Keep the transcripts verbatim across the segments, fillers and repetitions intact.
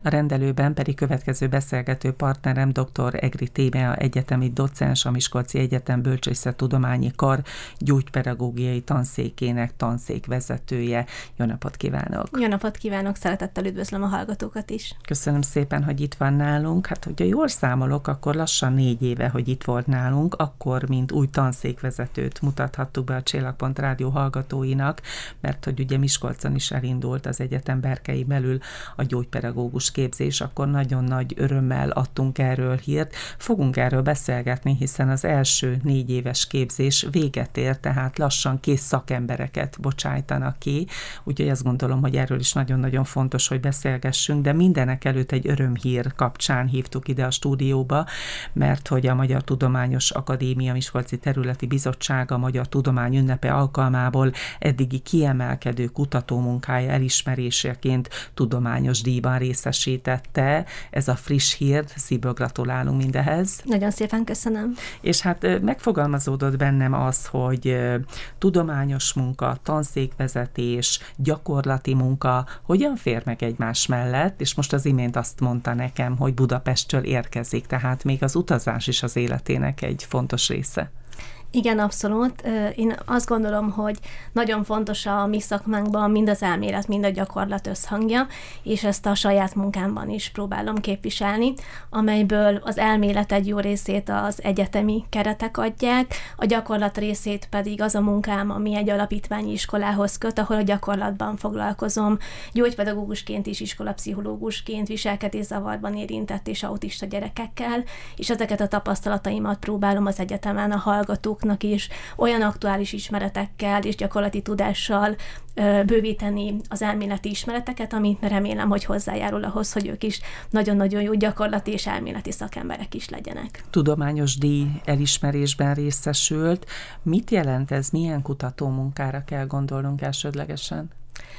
A rendelőben pedig következő beszélgető partnerem dr. Egri Tímea egyetemi docens, a Miskolci Egyetem Bölcsészettudományi Kar gyógypedagógiai tanszékének tanszékvezetője. Jó napot kívánok! Jó napot kívánok! Szeretettel üdvözlöm a hallgatókat is! Köszönöm szépen, hogy itt van nálunk. Hát, hogyha jól számolok, akkor lassan négy éve, hogy itt volt nálunk, akkor, mint új tanszékvezetőt mutathattuk be a Csillagpont Rádió hallgatóinak, mert hogy ugye Miskolcon is elindult az egyetem berkein belül a gyógypedagógus képzés, akkor nagyon nagy örömmel adtunk erről hírt. Fogunk erről beszélgetni, hiszen az első négy éves képzés véget ér, tehát lassan kész szakembereket bocsájtanak ki, úgyhogy azt gondolom, hogy erről is nagyon-nagyon fontos, hogy beszélgessünk, de mindenek előtt egy örömhír kapcsán hívtuk ide a stúdióba, mert hogy a Magyar Tudományos Akadémia Miskolci Területi Bizottsága a Magyar Tudomány ünnepe alkalmából eddigi kiemelkedő kutatómunkája elismeréseként tudományos díjban részesítette. Ez a friss hír, szívből gratulálunk mindehez. Nagyon szépen köszönöm. És hát megfogalmazódott bennem az, hogy tudományos munka, tanszékvezetés, gyakorlati munka hogyan fér meg egymás mellett, és most az imént azt mondta nekem, hogy Budapesttől érkezik, tehát még az utazás is az életének egy fontos része. Igen, abszolút. Én azt gondolom, hogy nagyon fontos a mi szakmánkban mind az elmélet, mind a gyakorlat összhangja, és ezt a saját munkámban is próbálom képviselni, amelyből az elmélet egy jó részét az egyetemi keretek adják, a gyakorlat részét pedig az a munkám, ami egy alapítványi iskolához köt, ahol a gyakorlatban foglalkozom, gyógypedagógusként is, iskolapszichológusként, viselkedészavarban érintett és autista gyerekekkel, és ezeket a tapasztalataimat próbálom az egyetemen a hallgatók is olyan aktuális ismeretekkel és gyakorlati tudással ö, bővíteni az elméleti ismereteket, ami remélem, hogy hozzájárul ahhoz, hogy ők is nagyon-nagyon jó gyakorlati és elméleti szakemberek is legyenek. Tudományos díj elismerésben részesült. Mit jelent ez? Milyen kutatómunkára kell gondolnunk elsődlegesen?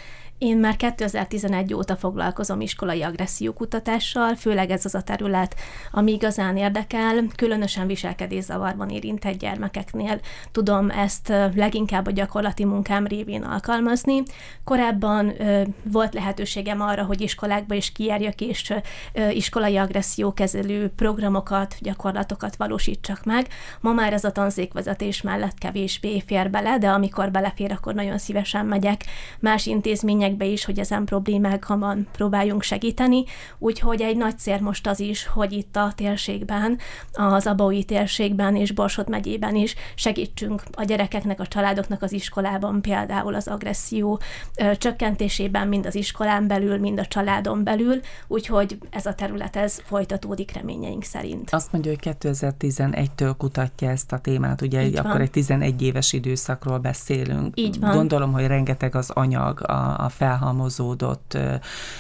Én már kétezer-tizenegy óta foglalkozom iskolai agressziókutatással, főleg ez az a terület, ami igazán érdekel, különösen viselkedészavarban érintett gyermekeknél tudom ezt leginkább a gyakorlati munkám révén alkalmazni. Korábban ö, volt lehetőségem arra, hogy iskolákba is kijárjak, és ö, iskolai agressziókezelő programokat, gyakorlatokat valósítsak meg. Ma már ez a tanszékvezetés mellett kevésbé fér bele, de amikor belefér, akkor nagyon szívesen megyek más intézmények is, hogy ezen problémákban próbáljunk segíteni, úgyhogy egy nagy cél most az is, hogy itt a térségben, az abaui térségben és Borsod megyében is segítsünk a gyerekeknek, a családoknak az iskolában, például az agresszió ö, csökkentésében, mind az iskolán belül, mind a családon belül, úgyhogy ez a terület, ez folytatódik reményeink szerint. Azt mondja, hogy kétezer-tizenegytől kutatja ezt a témát, ugye Így akkor van. egy tizenegy éves időszakról beszélünk. Így van. Gondolom, hogy rengeteg az anyag, a, a felhalmozódott ö,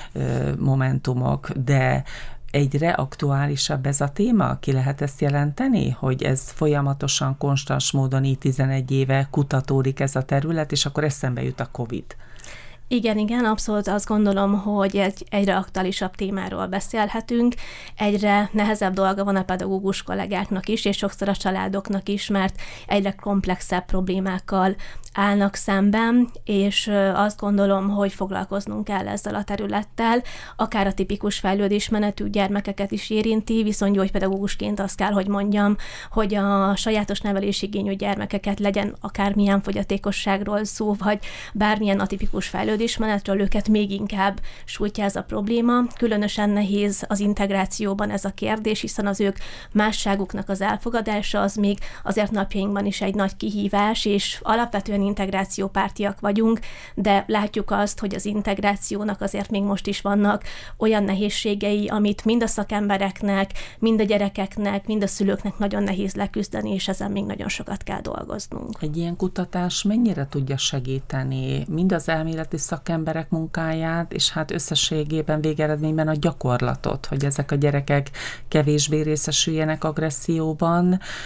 ö, momentumok, de egyre aktuálisabb ez a téma? Ki lehet ezt jelenteni, hogy ez folyamatosan, konstans módon így tizenegy éve kutatódik ez a terület, és akkor eszembe jut a Covid. Igen, igen, abszolút azt gondolom, hogy egy egyre aktuálisabb témáról beszélhetünk, egyre nehezebb dolga van a pedagógus kollégáknak is, és sokszor a családoknak is, mert egyre komplexebb problémákkal állnak szemben, és azt gondolom, hogy foglalkoznunk kell ezzel a területtel, akár a tipikus fejlődésmenetű gyermekeket is érinti, viszont gyógypedagógusként azt kell, hogy mondjam, hogy a sajátos nevelésigényű gyermekeket, legyen akármilyen fogyatékosságról szó, vagy bármilyen atipikus fejlődésmenetről, őket még inkább sújtja ez a probléma. Különösen nehéz az integrációban ez a kérdés, hiszen az ők másságuknak az elfogadása az még azért napjainkban is egy nagy kihívás, és alapvetően integrációpártiak vagyunk, de látjuk azt, hogy az integrációnak azért még most is vannak olyan nehézségei, amit mind a szakembereknek, mind a gyerekeknek, mind a szülőknek nagyon nehéz leküzdeni, és ezen még nagyon sokat kell dolgoznunk. Egy ilyen kutatás mennyire tudja segíteni mind az elméleti szakemberek munkáját, és hát összességében végeredményben a gyakorlatot, hogy ezek a gyerekek kevésbé részesüljenek agresszióban,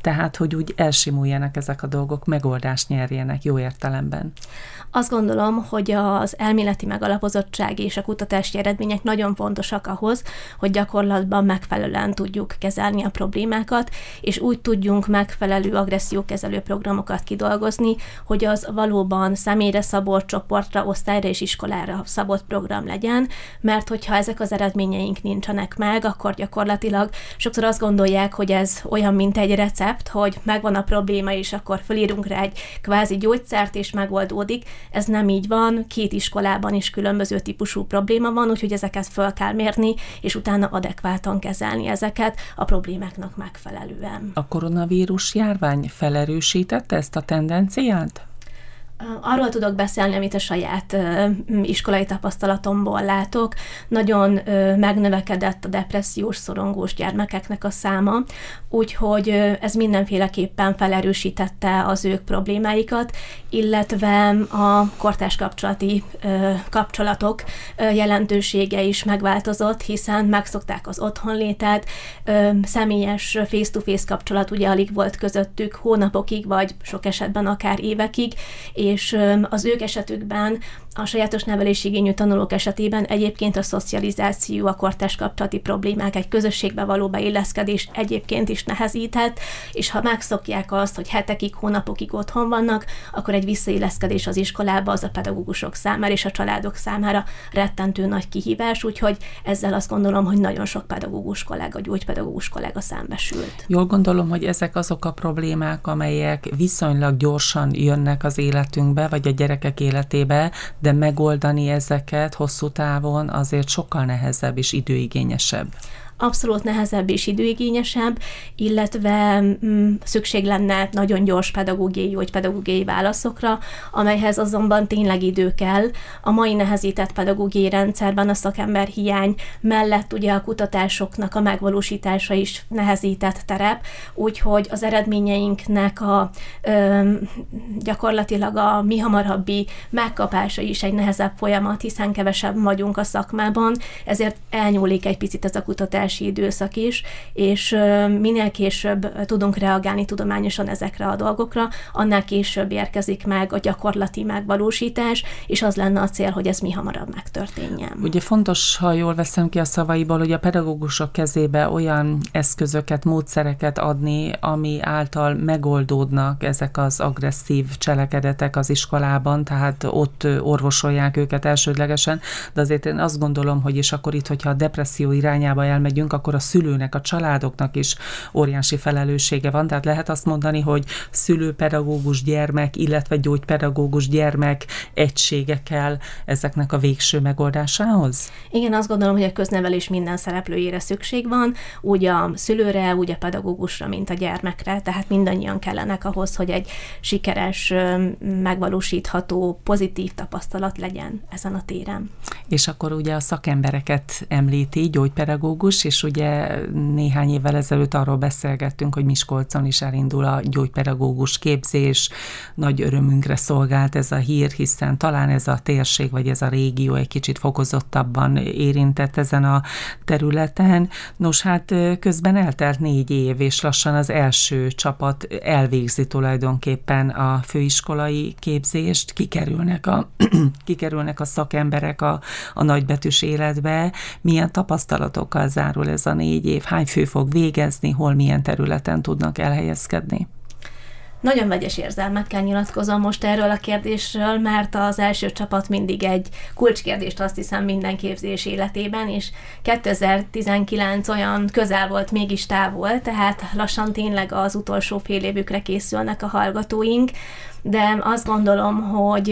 Tehát, hogy úgy elsimuljanak ezek a dolgok, megoldást nyerjenek jó értelemben. Azt gondolom, hogy az elméleti megalapozottság és a kutatási eredmények nagyon fontosak ahhoz, hogy gyakorlatban megfelelően tudjuk kezelni a problémákat, és úgy tudjunk megfelelő agressziókezelő programokat kidolgozni, hogy az valóban személyre szabott, csoportra, osztályra és iskolára szabott program legyen, mert hogyha ezek az eredményeink nincsenek meg, akkor gyakorlatilag sokszor azt gondolják, hogy ez olyan, mint egy recept, hogy megvan a probléma, és akkor fölírunk rá egy kvázi gyógyszert, és megoldódik. Ez nem így van, két iskolában is különböző típusú probléma van, úgyhogy ezeket föl kell mérni, és utána adekvátan kezelni ezeket a problémáknak megfelelően. A koronavírus járvány felerősítette ezt a tendenciát? Arról tudok beszélni, amit a saját uh, iskolai tapasztalatomból látok. Nagyon uh, megnövekedett a depressziós, szorongós gyermekeknek a száma, úgyhogy uh, ez mindenféleképpen felerősítette az ők problémáikat, illetve a kortárs kapcsolati uh, kapcsolatok uh, jelentősége is megváltozott, hiszen megszokták az otthonlétet, uh, személyes face-to-face kapcsolat ugye alig volt közöttük hónapokig, vagy sok esetben akár évekig, és az ők esetükben, a sajátos nevelésigényű tanulók esetében egyébként a szocializáció, a kortárs kapcsolati problémák, egy közösségbe való beilleszkedés egyébként is nehezíthet, és ha megszokják azt, hogy hetekig, hónapokig otthon vannak, akkor egy visszailleszkedés az iskolába az a pedagógusok számára és a családok számára rettentő nagy kihívás, úgyhogy ezzel azt gondolom, hogy nagyon sok pedagógus kollega, gyógypedagógus kollega szembesült. Jól gondolom, hogy ezek azok a problémák, amelyek viszonylag gyorsan jönnek az életünkbe, vagy a gyerekek életébe, de megoldani ezeket hosszú távon azért sokkal nehezebb és időigényesebb. Abszolút nehezebb és időigényesebb, illetve mm, szükség lenne nagyon gyors pedagógiai vagy pedagógiai válaszokra, amelyhez azonban tényleg idő kell. A mai nehezített pedagógiai rendszerben a szakember hiány mellett ugye a kutatásoknak a megvalósítása is nehezített terep, úgyhogy az eredményeinknek a ö, gyakorlatilag a mi hamarabbi megkapása is egy nehezebb folyamat, hiszen kevesebb vagyunk a szakmában, ezért elnyúlik egy picit ez a kutatás időszak is, és minél később tudunk reagálni tudományosan ezekre a dolgokra, annál később érkezik meg a gyakorlati megvalósítás, és az lenne a cél, hogy ez mi hamarabb megtörténjen. Ugye fontos, ha jól veszem ki a szavaiból, hogy a pedagógusok kezébe olyan eszközöket, módszereket adni, ami által megoldódnak ezek az agresszív cselekedetek az iskolában, tehát ott orvosolják őket elsődlegesen, de azért én azt gondolom, hogy és akkor itt, hogyha a depresszió irányába elmegyünk, akkor a szülőnek, a családoknak is óriási felelőssége van. Tehát lehet azt mondani, hogy szülőpedagógus gyermek, illetve gyógypedagógus gyermek egysége kell ezeknek a végső megoldásához? Igen, azt gondolom, hogy a köznevelés minden szereplőjére szükség van, úgy a szülőre, úgy a pedagógusra, mint a gyermekre, tehát mindannyian kellenek ahhoz, hogy egy sikeres, megvalósítható, pozitív tapasztalat legyen ezen a téren. És akkor ugye a szakembereket említi, gyógypedagógus, és ugye néhány évvel ezelőtt arról beszélgettünk, hogy Miskolcon is elindul a gyógypedagógus képzés. Nagy örömünkre szolgált ez a hír, hiszen talán ez a térség, vagy ez a régió egy kicsit fokozottabban érintett ezen a területen. Nos, hát közben eltelt négy év, és lassan az első csapat elvégzi tulajdonképpen a főiskolai képzést, kikerülnek a, kikerülnek a szakemberek a, a nagybetűs életbe. Milyen tapasztalatokkal zárul ez a négy év? Hány fő fog végezni? Hol, milyen területen tudnak elhelyezkedni? Nagyon vegyes érzelmekkel nyilatkozom most erről a kérdésről, mert az első csapat mindig egy kulcskérdést azt hiszem minden képzés életében, és kétezer-tizenkilenc olyan közel volt, mégis távol, tehát lassan tényleg az utolsó fél évükre készülnek a hallgatóink, de azt gondolom, hogy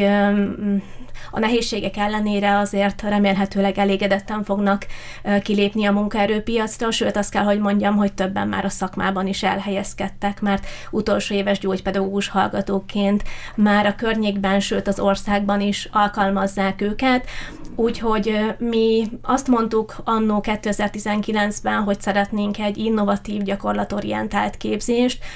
a nehézségek ellenére azért remélhetőleg elégedetten fognak kilépni a munkaerőpiacra, sőt azt kell, hogy mondjam, hogy többen már a szakmában is elhelyezkedtek, mert utolsó éves gyógypedagógus hallgatóként már a környékben, sőt az országban is alkalmazzák őket, úgyhogy mi azt mondtuk annó kétezer-tizenkilencben, hogy szeretnénk egy innovatív, gyakorlatorientált képzést,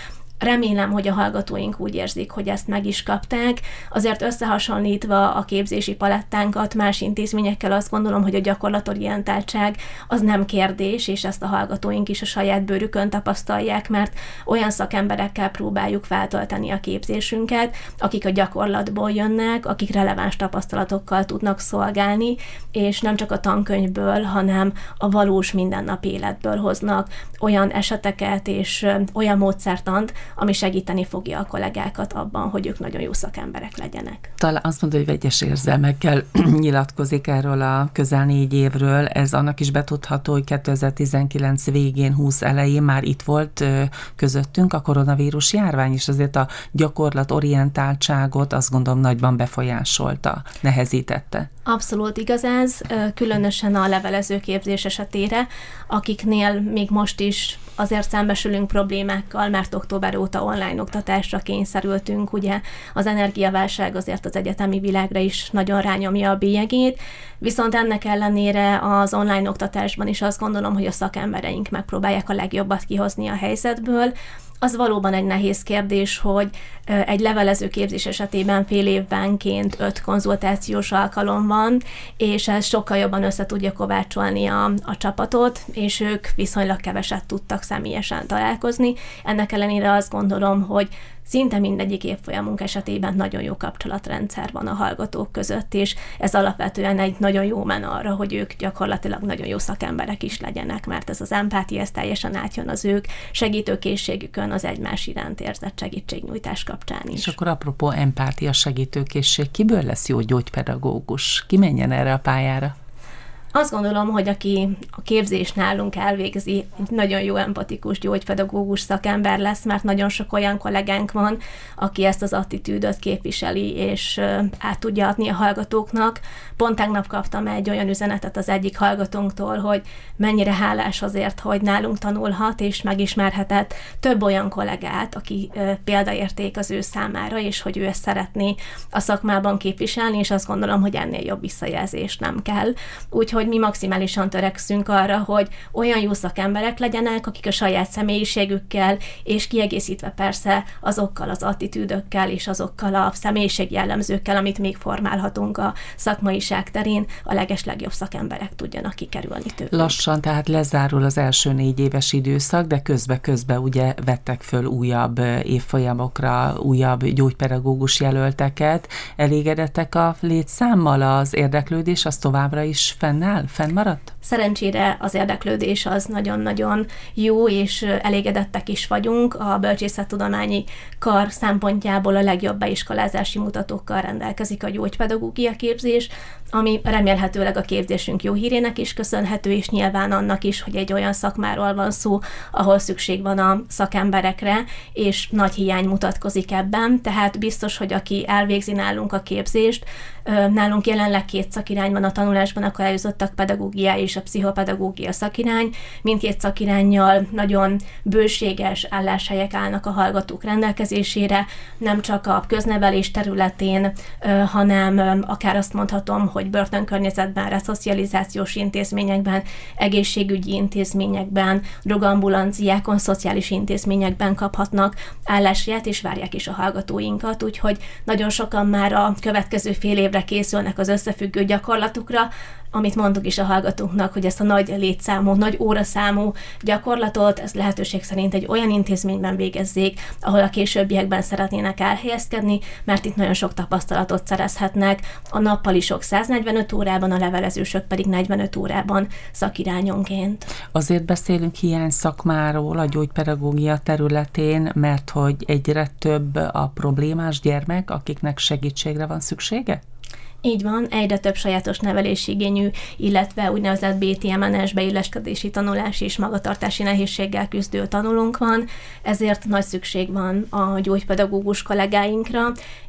Remélem, hogy a hallgatóink úgy érzik, hogy ezt meg is kapták. Azért összehasonlítva a képzési palettánkat más intézményekkel azt gondolom, hogy a gyakorlatorientáltság az nem kérdés, és ezt a hallgatóink is a saját bőrükön tapasztalják, mert olyan szakemberekkel próbáljuk feltölteni a képzésünket, akik a gyakorlatból jönnek, akik releváns tapasztalatokkal tudnak szolgálni, és nem csak a tankönyvből, hanem a valós mindennapi életből hoznak olyan eseteket és olyan módszertant, ami segíteni fogja a kollégákat abban, hogy ők nagyon jó szakemberek legyenek. Talán azt mondod, hogy vegyes érzelmekkel nyilatkozik erről a közel négy évről. Ez annak is betudható, hogy kétezer-tizenkilenc végén, húsz elején már itt volt közöttünk a koronavírus járvány, és azért a gyakorlatorientáltságot azt gondolom nagyban befolyásolta, nehezítette. Abszolút igaz ez, különösen a levelező képzés esetére, akiknél még most is azért szembesülünk problémákkal, mert október óta online oktatásra kényszerültünk, ugye az energiaválság azért az egyetemi világra is nagyon rányomja a bélyegét, viszont ennek ellenére az online oktatásban is azt gondolom, hogy a szakembereink megpróbálják a legjobbat kihozni a helyzetből. Az valóban egy nehéz kérdés, hogy egy levelező képzés esetében fél évvenként öt konzultációs alkalom van, és ez sokkal jobban össze tudja kovácsolni a, a csapatot, és ők viszonylag keveset tudtak személyesen találkozni. Ennek ellenére azt gondolom, hogy szinte mindegyik évfolyamunk esetében nagyon jó kapcsolatrendszer van a hallgatók között, és ez alapvetően egy nagyon jó men arra, hogy ők gyakorlatilag nagyon jó szakemberek is legyenek, mert ez az empátia, ez teljesen átjön az ők segítőkészségükön, az egymás iránt érzett segítségnyújtás kapcsán is. És akkor apropó empátia, segítőkészség, kiből lesz jó gyógypedagógus? Ki menjen erre a pályára? Azt gondolom, hogy aki a képzést nálunk elvégzi, nagyon jó empatikus gyógypedagógus szakember lesz, mert nagyon sok olyan kollégánk van, aki ezt az attitűdöt képviseli, és át tudja adni a hallgatóknak. Pont tegnap kaptam egy olyan üzenetet az egyik hallgatónktól, hogy mennyire hálás azért, hogy nálunk tanulhat, és megismerhetett több olyan kollégát, aki példaérték az ő számára, és hogy ő ezt szeretné a szakmában képviselni, és azt gondolom, hogy ennél jobb visszajelzés nem kell. Úgyhogy mi maximálisan törekszünk arra, hogy olyan jó szakemberek legyenek, akik a saját személyiségükkel, és kiegészítve persze azokkal az attitűdökkel és azokkal a személyiségjellemzőkkel, amit még formálhatunk a szakmaiság terén, a legeslegjobb szakemberek tudjanak kikerülni tőlük. Lassan, tehát lezárul az első négy éves időszak, de közbe-közbe ugye vettek föl újabb évfolyamokra, újabb gyógypedagógus jelölteket. Elégedettek a létszámmal? Az érdeklődés az továbbra is fennáll? Fennmaradt? Szerencsére az érdeklődés az nagyon-nagyon jó, és elégedettek is vagyunk. A bölcsészettudományi kar szempontjából a legjobb beiskolázási mutatókkal rendelkezik a gyógypedagógia képzés, ami remélhetőleg a képzésünk jó hírének is köszönhető, és nyilván annak is, hogy egy olyan szakmáról van szó, ahol szükség van a szakemberekre, és nagy hiány mutatkozik ebben, tehát biztos, hogy aki elvégzi nálunk a képzést, nálunk jelenleg két szakirány van a tanulásban, akkor eljutottak pedagógia és a pszichopedagógia szakirány. Mindkét szakiránnyal nagyon bőséges álláshelyek állnak a hallgatók rendelkezésére, nem csak a köznevelés területén, hanem akár azt mondhatom, hogy börtönkörnyezetben, reszocializációs intézményekben, egészségügyi intézményekben, drogambulanciákon, szociális intézményekben kaphatnak álláshelyet, és várják is a hallgatóinkat, úgyhogy nagyon sokan már a következő fél évre készülnek az összefüggő gyakorlatukra, amit mondtuk is a hallgatóknak, hogy ezt a nagy létszámú, nagy óraszámú gyakorlatot, ez lehetőség szerint egy olyan intézményben végezzék, ahol a későbbiekben szeretnének elhelyezkedni, mert itt nagyon sok tapasztalatot szerezhetnek, a nappalisok száznegyvenöt órában, a levelezősök pedig negyvenöt órában szakirányonként. Azért beszélünk hiány szakmáról a gyógypedagógia területén, mert hogy egyre több a problémás gyermek, akiknek segítségre van szüksége? Így van, egyre több sajátos nevelési igényű, illetve úgynevezett bé té em en-es beilleszkedési tanulási és magatartási nehézséggel küzdő tanulónk van, ezért nagy szükség van a gyógypedagógus kollégáinkra,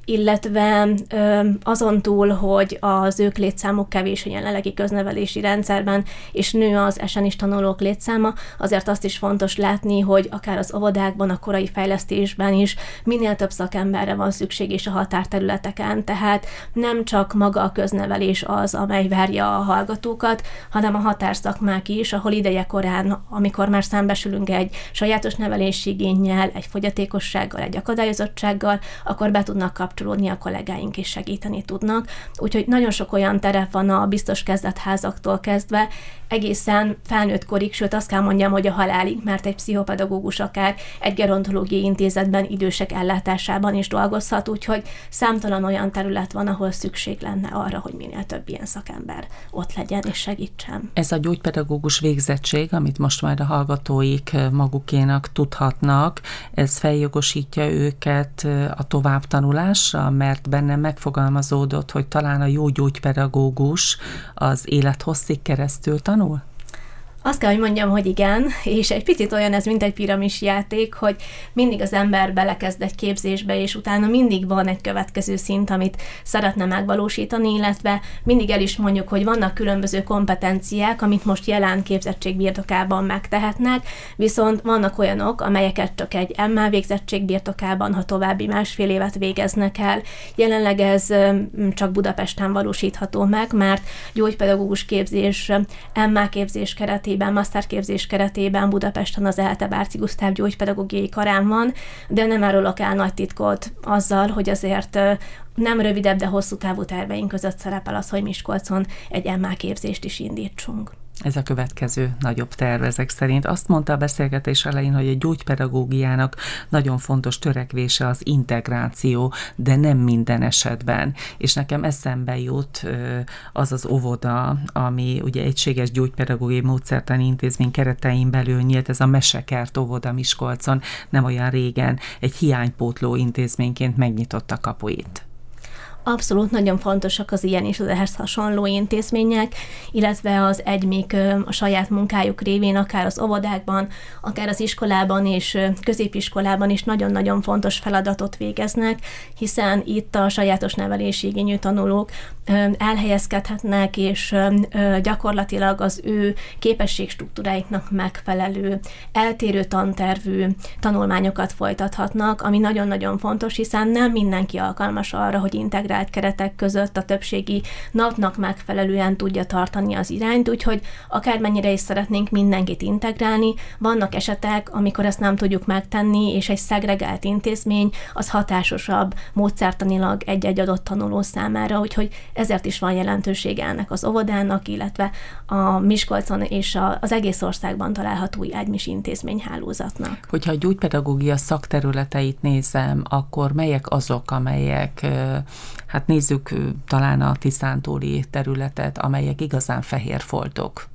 illetve azon túl, hogy az ők létszámuk kevés a jelenlegi köznevelési rendszerben, és nő az es en is tanulók létszáma, azért azt is fontos látni, hogy akár az óvodákban, a korai fejlesztésben is minél több szakemberre van szükség is a határterületeken, tehát nem csak maga a köznevelés az, amely várja a hallgatókat, hanem a határszakmák is, ahol ideje korán, amikor már szembesülünk egy sajátos nevelési igénnyel, egy fogyatékossággal, egy akadályozottsággal, akkor be tudnak kapcsolódni a kollégáink és segíteni tudnak. Úgyhogy nagyon sok olyan terep van a biztos kezdetházaktól kezdve, egészen felnőtt korig, sőt azt kell mondjam, hogy a halálig, mert egy pszichopedagógus akár egy gerontológiai intézetben idősek ellátásában is dolgozhat, úgyhogy számtalan olyan terület van, ahol szükség lenne arra, hogy minél több ilyen szakember ott legyen és segítsen. Ez a gyógypedagógus végzettség, amit most majd a hallgatóik magukénak tudhatnak, ez feljogosítja őket a továbbtanulásra, mert bennem megfogalmazódott, hogy talán a jó gyógypedagógus az élethosszig keresztül tanul? Azt kell, hogy mondjam, hogy igen, és egy picit olyan ez, mint egy piramis játék, hogy mindig az ember belekezd egy képzésbe, és utána mindig van egy következő szint, amit szeretne megvalósítani, illetve mindig el is mondjuk, hogy vannak különböző kompetenciák, amit most jelen képzettség birtokában megtehetnek, viszont vannak olyanok, amelyeket csak egy em á végzettség birtokában, ha további másfél évet végeznek el. Jelenleg ez csak Budapesten valósítható meg, mert gyógypedagógus képzés, em á képzés keretében, masterképzés keretében Budapesten az ELTE Bárci Gusztáv gyógypedagógiai karán van, de nem árulok el nagy titkot azzal, hogy azért nem rövidebb, de hosszú távú terveink között szerepel az, hogy Miskolcon egy em á képzést is indítsunk. Ez a következő nagyobb terv ezek szerint. Azt mondta a beszélgetés elején, hogy a gyógypedagógiának nagyon fontos törekvése az integráció, de nem minden esetben. És nekem eszembe jut az az óvoda, ami ugye egységes gyógypedagógiai módszertani intézmény keretein belül nyílt, ez a Mesekert óvoda Miskolcon nem olyan régen egy hiánypótló intézményként megnyitotta kapuit. Abszolút nagyon fontosak az ilyen és az ehhez hasonló intézmények, illetve az egymik a saját munkájuk révén, akár az óvodákban, akár az iskolában és középiskolában is nagyon-nagyon fontos feladatot végeznek, hiszen itt a sajátos nevelési igényű tanulók elhelyezkedhetnek, és gyakorlatilag az ő képességstruktúráiknak megfelelő, eltérő tantervű tanulmányokat folytathatnak, ami nagyon-nagyon fontos, hiszen nem mindenki alkalmas arra, hogy integrált keretek között a többségi napnak megfelelően tudja tartani az irányt, úgyhogy akármennyire is szeretnénk mindenkit integrálni, vannak esetek, amikor ezt nem tudjuk megtenni, és egy szegregált intézmény az hatásosabb módszertanilag egy-egy adott tanuló számára, úgyhogy ezért is van jelentősége ennek az óvodának, illetve a Miskolcon és az egész országban található egymis intézményhálózatnak. Hogyha a gyógypedagógia szakterületeit nézem, akkor melyek azok, amelyek, hát nézzük talán a tiszántúli területet, amelyek igazán fehér foltok?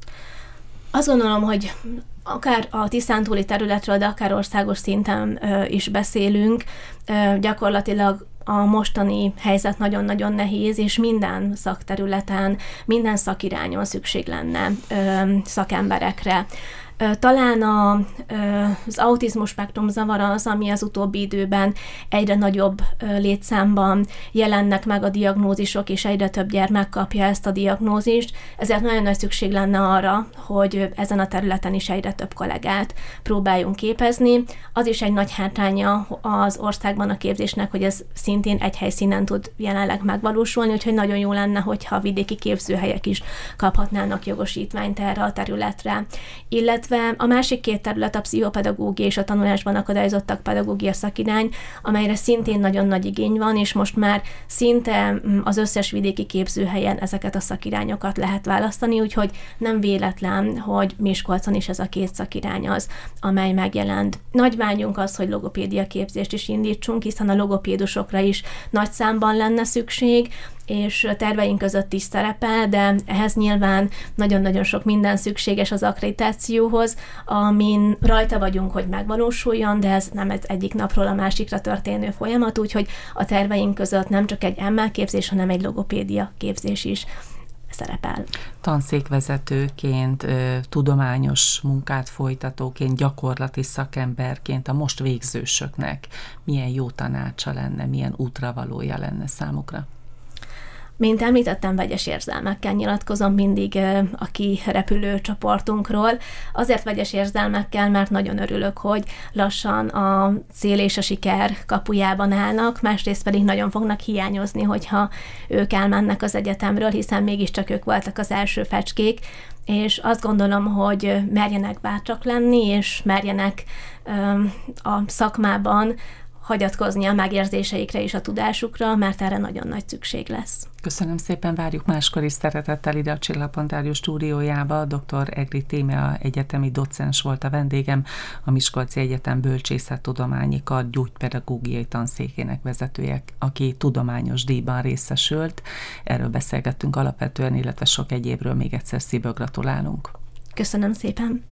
Azt gondolom, hogy akár a tiszántúli területről, de akár országos szinten is beszélünk, gyakorlatilag a mostani helyzet nagyon-nagyon nehéz, és minden szakterületen, minden szakirányon szükség lenne szakemberekre. Talán a, az autizmus spektrum zavara az, ami az utóbbi időben egyre nagyobb létszámban jelennek meg a diagnózisok, és egyre több gyermek kapja ezt a diagnózist, ezért nagyon nagy szükség lenne arra, hogy ezen a területen is egyre több kollégát próbáljunk képezni. Az is egy nagy hátránya az országban a képzésnek, hogy ez szintén egy helyszínen tud jelenleg megvalósulni, úgyhogy nagyon jó lenne, hogyha a vidéki képzőhelyek is kaphatnának jogosítványt erre a területre. Illetve a másik két terület a pszichopedagógia és a tanulásban akadályozottak pedagógia szakirány, amelyre szintén nagyon nagy igény van, és most már szinte az összes vidéki képzőhelyen ezeket a szakirányokat lehet választani, úgyhogy nem véletlen, hogy Miskolcon is ez a két szakirány az, amely megjelent. Nagy vágyunk az, hogy logopédia képzést is indítsunk, hiszen a logopédusokra is nagy számban lenne szükség, és terveink között is szerepel, de ehhez nyilván nagyon-nagyon sok minden szükséges az akkreditációhoz, amin rajta vagyunk, hogy megvalósuljon, de ez nem egy egyik napról a másikra történő folyamat, úgyhogy a terveink között nem csak egy em el képzés, hanem egy logopédia képzés is szerepel. Tanszékvezetőként, tudományos munkát folytatóként, gyakorlati szakemberként a most végzősöknek milyen jó tanácsa lenne, milyen útravalója lenne számukra? Mint említettem, vegyes érzelmekkel nyilatkozom mindig a kirepülő csoportunkról. Azért vegyes érzelmekkel, mert nagyon örülök, hogy lassan a cél és a siker kapujában állnak, másrészt pedig nagyon fognak hiányozni, hogyha ők elmennek az egyetemről, hiszen mégiscsak ők voltak az első fecskék, és azt gondolom, hogy merjenek bátrak lenni, és merjenek a szakmában hagyatkozni a megérzéseikre és a tudásukra, mert erre nagyon nagy szükség lesz. Köszönöm szépen, várjuk máskor is szeretettel ide a Csillagpont Rádió stúdiójába. dr. Egri Tímea egyetemi docens volt a vendégem, a Miskolci Egyetem Bölcsészettudományi Kar gyógypedagógiai tanszékének vezetője, aki tudományos díjban részesült. Erről beszélgettünk alapvetően, illetve sok egyébről. Még egyszer szívből gratulálunk. Köszönöm szépen.